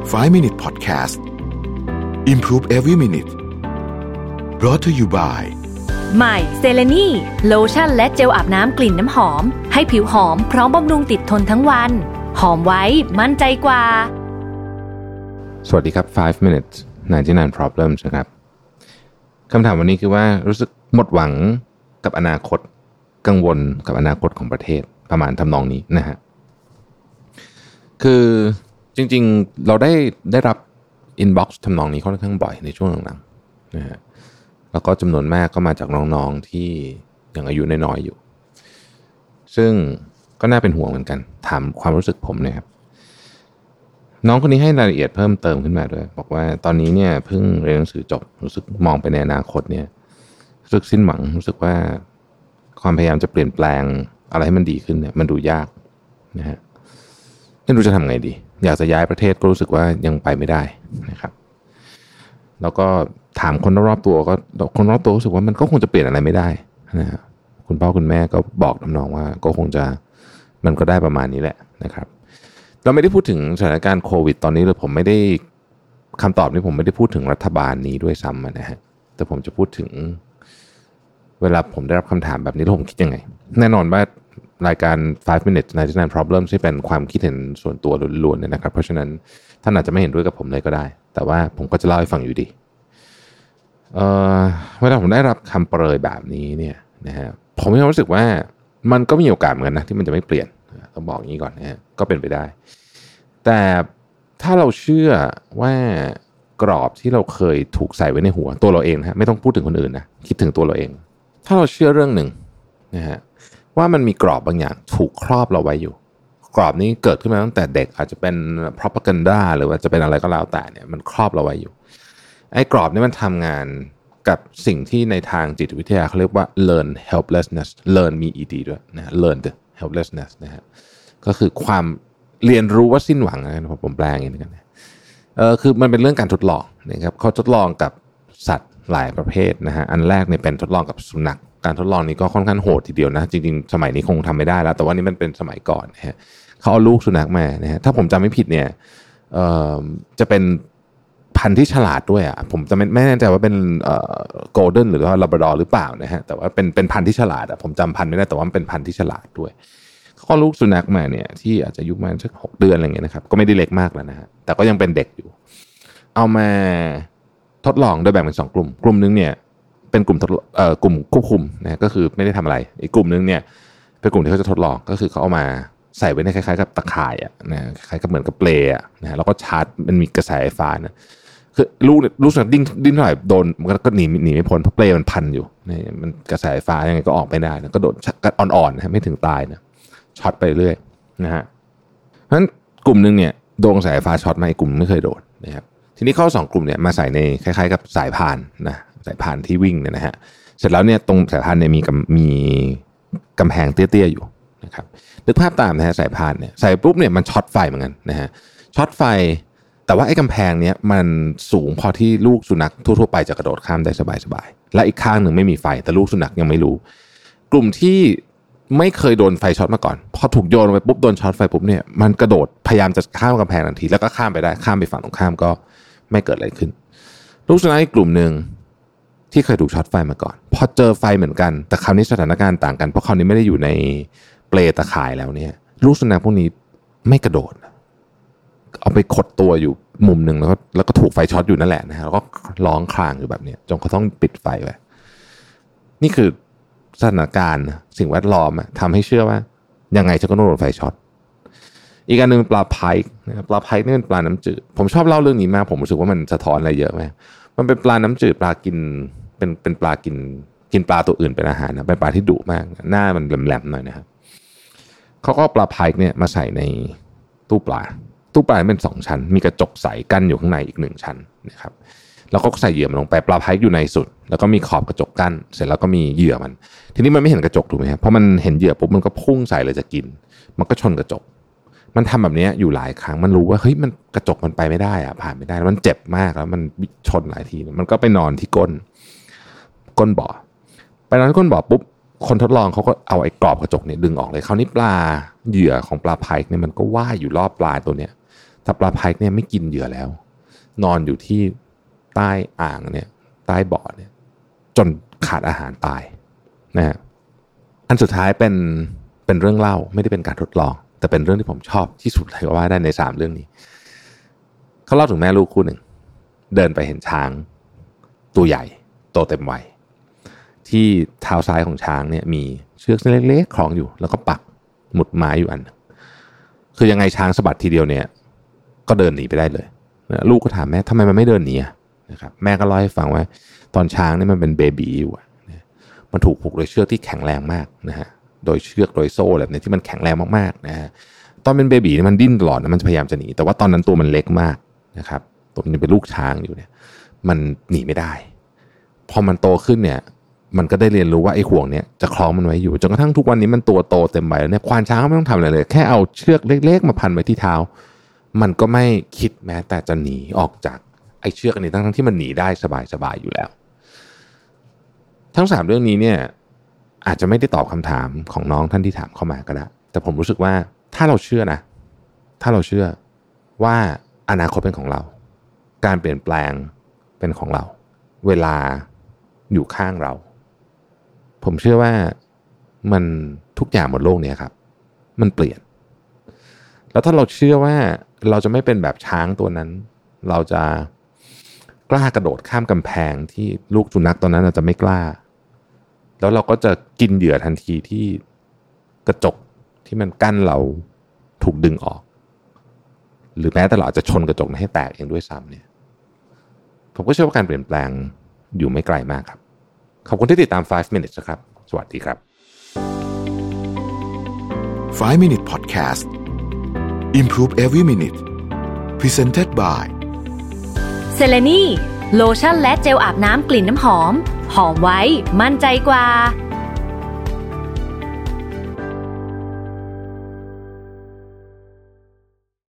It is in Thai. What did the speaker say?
5 Minute Podcast Improve Every Minute brought to you by ใหม่เซเลนีโลชั่นและเจลอาบน้ำกลิ่นน้ำหอมให้ผิวหอมพร้อมบำรุงติดทนทั้งวันหอมไว้มั่นใจกว่าสวัสดีครับ5 minutes 99 problems นะครับคำถามวันนี้คือว่ารู้สึกหมดหวังกับอนาคตกังวลกับอนาคตของประเทศประมาณทำนองนี้นะฮะคือจริงๆเราได้รับ inbox ทำนองนี้ค่อนข้างบ่อยในช่วงหลังๆนะฮะแล้วก็จำนวนมากก็มาจากน้องๆที่ยังอายุน้อยๆอยู่ซึ่งก็น่าเป็นห่วงเหมือนกันถามความรู้สึกผมนะครับน้องคนนี้ให้รายละเอียดเพิ่มเติมขึ้นมาด้วยบอกว่าตอนนี้เนี่ยเพิ่งเรียนหนังสือจบรู้สึกมองไปในอนาคตเนี่ยรู้สึกสิ้นหวังรู้สึกว่าความพยายามจะเปลี่ยนแปลงอะไรให้มันดีขึ้นเนี่ยมันดูยากนะฮะไม่รู้จะทำไงดีอยากจะย้ายประเทศก็รู้สึกว่ายังไปไม่ได้นะครับแล้วก็ถามคนรอบๆตัวก็คนรอบตัวรู้สึกว่ามันก็คงจะเปลี่ยนอะไรไม่ได้นะฮะคุณพ่อคุณแม่ก็บอกทำนองว่าก็คงจะมันก็ได้ประมาณนี้แหละนะครับเราไม่ได้พูดถึงสถานการณ์โควิดตอนนี้เลยผมไม่ได้คำตอบนี้ผมไม่ได้พูดถึงรัฐบาลนี้ด้วยซ้ำนะฮะแต่ผมจะพูดถึงเวลาผมได้รับคำถามแบบนี้แล้วผมคิดยังไงแน่นอนว่ารายการ5 minutes 99 problems ที่เป็นความคิดเห็นส่วนตัวล้วนๆเนี่ยนะครับเพราะฉะนั้นท่านอาจจะไม่เห็นด้วยกับผมเลยก็ได้แต่ว่าผมก็จะเล่าให้ฟังอยู่ดีเวลาผมได้รับคำเปรยแบบนี้เนี่ยนะฮะผมมีความรู้สึกว่ามันก็มีโอกาสเหมือนกันนะที่มันจะไม่เปลี่ยนต้องบอกอย่างนี้ก่อนนะฮะก็เป็นไปได้แต่ถ้าเราเชื่อว่ากรอบที่เราเคยถูกใส่ไว้ในหัวตัวเราเองนะฮะไม่ต้องพูดถึงคนอื่นนะคิดถึงตัวเราเองถ้าเราเชื่อเรื่องหนึ่งนะฮะว่ามันมีกรอบบางอย่างถูกครอบเราไว้อยู่กรอบนี้เกิดขึ้นมาตั้งแต่เด็กอาจจะเป็น propaganda หรือว่าจะเป็นอะไรก็แล้วแต่เนี่ยมันครอบเราไว้อยู่ไอ้กรอบนี้มันทำงานกับสิ่งที่ในทางจิตวิทยาเขาเรียกว่า learn helplessness learn มี ed ด้วยนะ learn helplessness นะฮะก็คือความเรียนรู้ว่าสิ้นหวังนะผมแปลงอย่างนี้กันคือมันเป็นเรื่องการทดลองนะครับเขาทดลองกับสัตว์หลายประเภทนะฮะอันแรกเนี่ยเป็นทดลองกับสุนัขการทดลองนี้ก็ค่อนข้างโหดทีเดียวนะจริงๆสมัยนี้คงทำไม่ได้แล้วแต่ว่านี่มันเป็นสมัยก่อนนะฮะเขาเอาลูกสุนัขมานะฮะถ้าผมจำไม่ผิดเนี่ยจะเป็นพันธุ์ที่ฉลาดด้วยอ่ะผมจะไม่แน่ใจว่าเป็นโกลเด้นหรือว่าลาบราดอร์หรือเปล่านะฮะแต่ว่าเป็นพันธุ์ที่ฉลาดอ่ะผมจำพันธุ์ไม่ได้แต่ว่ามันเป็นพันธุ์ที่ฉลาดด้วยเขาก็ลูกสุนัขมาเนี่ยที่อาจจะอายุประมาณสัก6 เดือนอะไรเงี้ยนะครับก็ไม่ได้เล็กมากแล้วนะฮะแต่ก็ยังเป็นเด็กอยู่เอามาทดลองโดยแบ่งเป็น2 กลุ่มนึงเนี่ยเป็นกลุ่มควบคุมนะก็คือไม่ได้ทำอะไรอีกกลุ่มนึงเนี่ยเป็นกลุ่มที่เขาจะทดลองก็คือเขาเอามาใส่ไว้ในคล้ายๆกับตะข่ายอ่ะนะคล้ายกับเหมือนกับเปลอ่ะนะแล้วก็ชาร์จมันมีกระแสไฟฟ้านะคือลูกสุนัขดิ้นเท่าไหร่โดนมันก็หนีไม่พ้นเพราะเปลมันพันอยู่นี่มันกระแสไฟฟ้ายังไงก็ออกไม่ได้นะก็โดนอ่อนๆนะไม่ถึงตายนะช็อตไปเรื่อยนะฮะเพราะฉะนั้นกลุ่มนึงเนี่ยโดนสายไฟฟ้าช็อตมาอีกกลุ่มไม่เคยโดนนะครับทีนี้เข้า2 กลุ่มเนี่ยมาใส่ในคล้ายๆกับสายพานนะสายพานที่วิ่งเนี่ยนะฮะเสร็จแล้วเนี่ยตรงสายพานเนี่ยมีกำแพงเตี้ยๆอยู่นะครับนึกภาพตามนะฮะสายพานเนี่ยใส่ปุ๊บเนี่ยมันช็อตไฟเหมือนกันนะฮะช็อตไฟแต่ว่าไอ้กำแพงเนี้ยมันสูงพอที่ลูกสุนัขทั่วๆไปจะกระโดดข้ามได้สบายๆและอีกข้างหนึ่งไม่มีไฟแต่ลูกสุนัขยังไม่รู้กลุ่มที่ไม่เคยโดนไฟช็อตมาก่อนพอถูกโยนไปปุ๊บโดนช็อตไฟปุ๊บเนี่ยมันกระโดดพยายามจะข้ามกำแพงทันทีแล้วก็ข้ามไปได้ข้ามไปฝั่งตรงข้ามก็ไม่เกิดอะไรขึ้นลูกสุนัขอีกกลุ่มนึงที่เคยถูกช็อตไฟมาก่อนพอเจอไฟเหมือนกันแต่คราวนี้สถานการณ์ต่างกันเพราะคราวนี้ไม่ได้อยู่ในเปลตะข่ายแล้วเนี่ยลูกสุนัขพวกนี้ไม่กระโดดเอาไปขดตัวอยู่มุมนึงแล้วก็ถูกไฟช็อตอยู่นั่นแหละนะฮะแล้วก็ร้องครางอยู่แบบนี้จนเขาต้องปิดไฟไว้นี่คือสถานการณ์สิ่งแวดล้อมทำให้เชื่อว่ายังไงจะก็โดนไฟช็อตอีกอันนึงปลาไพร์นะครับปลาไพร์นี่เป็นปลาน้ำจืดผมชอบเล่าเรื่องนี้มากผมรู้สึกว่ามันสะท้อนอะไรเยอะมากมันเป็นปลาน้ำจืดปลากินเป็นปลากินปลาตัวอื่นเป็นอาหารนะเป็นปลาที่ดุมากหน้ามันแหลมๆหน่อยนะครับเขาก็ปลาไพร์เนี่ยมาใส่ในตู้ปลาเป็น2 ชั้นมีกระจกใสกั้นอยู่ข้างในอีก1 ชั้นนะครับแล้วก็ใส่เหยื่อมันลงไปปลาไพร์อยู่ในสุดแล้วก็มีขอบกระจกกั้นเสร็จแล้วก็มีเหยื่อมันทีนี้มันไม่เห็นกระจกถูกไหมครับเพราะมันเห็นเหยื่อปุ๊บมันก็พุ่งใส่เลยจะกินมันก็ชนกระจกมันทำแบบนี้อยู่หลายครั้งมันรู้ว่าเฮ้ยมันกระจกมันไปไม่ได้อะผ่านไม่ได้มันเจ็บมากแล้วมันชนหลายทีมันก็ไปนอนที่ก้นบ่อไปนอนที่ก้นบ่อปุ๊บคนทดลองเขาก็เอาไอ้กรอบกระจกเนี่ยดึงออกเลยคราวนี้ปลาเหยื่อของปลาไพร์เนี่ยมันก็ว่ายอยู่รอบปลาตัวเนี้ยแต่ปลาไพร์เนี่ยไม่กินเหยื่อแล้วนอนอยู่ที่ใต้อ่างเนี่ยใต้บ่อเนี่ยจนขาดอาหารตายนะฮะอันสุดท้ายเป็นเรื่องเล่าไม่ได้เป็นการทดลองแต่เป็นเรื่องที่ผมชอบที่สุดเลยก็ว่าได้ใน3เรื่องนี้เขาเล่าถึงแม่ลูกคู่หนึ่งเดินไปเห็นช้างตัวใหญ่โตเต็มวัยที่เท้าซ้ายของช้างเนี่ยมีเชือกเล็กๆคล้องอยู่แล้วก็ปักหมุดไม้อยู่อันคือยังไงช้างสะบัดทีเดียวเนี่ยก็เดินหนีไปได้เลยลูกก็ถามแม่ทำไมมันไม่เดินหนีนะครับแม่ก็เล่าให้ฟังว่าตอนช้างเนี่ยมันเป็นเบบีอยู่มันถูกผูกโดยเชือกที่แข็งแรงมากนะฮะโดยเชือกโดยโซ่แบบนี้ที่มันแข็งแรงมากๆนะฮะตอนเป็นเบบีเนี่ยมันดิ้นตลอดนะมันพยายามจะหนีแต่ว่าตอนนั้นตัวมันเล็กมากนะครับตัวมันเป็นลูกช้างอยู่เนี่ยมันหนีไม่ได้พอมันโตขึ้นเนี่ยมันก็ได้เรียนรู้ว่าไอ้ห่วงเนี่ยจะคล้องมันไว้อยู่จนกระทั่งทุกวันนี้มันตัวโตเต็มใบแล้วเนี่ยควานช้างไม่ต้องทำอะไรเลยแค่เอาเชือกเล็กๆมาพันไว้ที่เท้ามันก็ไม่คิดแม้แต่จะหนีออกจากไอ้เชือกอันนี้ทั้งที่มันหนีได้สบายๆอยู่แล้วทั้ง3เรื่องนี้เนี่ยอาจจะไม่ได้ตอบคำถามของน้องท่านที่ถามเข้ามาก็ได้แต่ผมรู้สึกว่าถ้าเราเชื่อว่าอนาคตเป็นของเราการเปลี่ยนแปลงเป็นของเราเวลาอยู่ข้างเราผมเชื่อว่ามันทุกอย่างบนโลกนี้ครับมันเปลี่ยนแล้วถ้าเราเชื่อว่าเราจะไม่เป็นแบบช้างตัวนั้นเราจะกล้ากระโดดข้ามกำแพงที่ลูกสุนัขตอนนั้นอาจจะไม่กล้าแล้วเราก็จะกินเหยื่อทันทีที่กระจกที่มันกั้นเราถูกดึงออกหรือแม้แต่เราอาจจะชนกระจกให้แตกเองด้วยซ้ำเนี่ยผมก็เชื่อว่าการเปลี่ยนแปลงอยู่ไม่ไกลมากครับขอบคุณที่ติดตาม 5 minutes นะครับสวัสดีครับ 5 minute podcast Improve every minute Presented by เซเลนีโลชั่นและเจลอาบน้ำกลิ่นน้ำหอมหอมไว้มั่นใจกว่า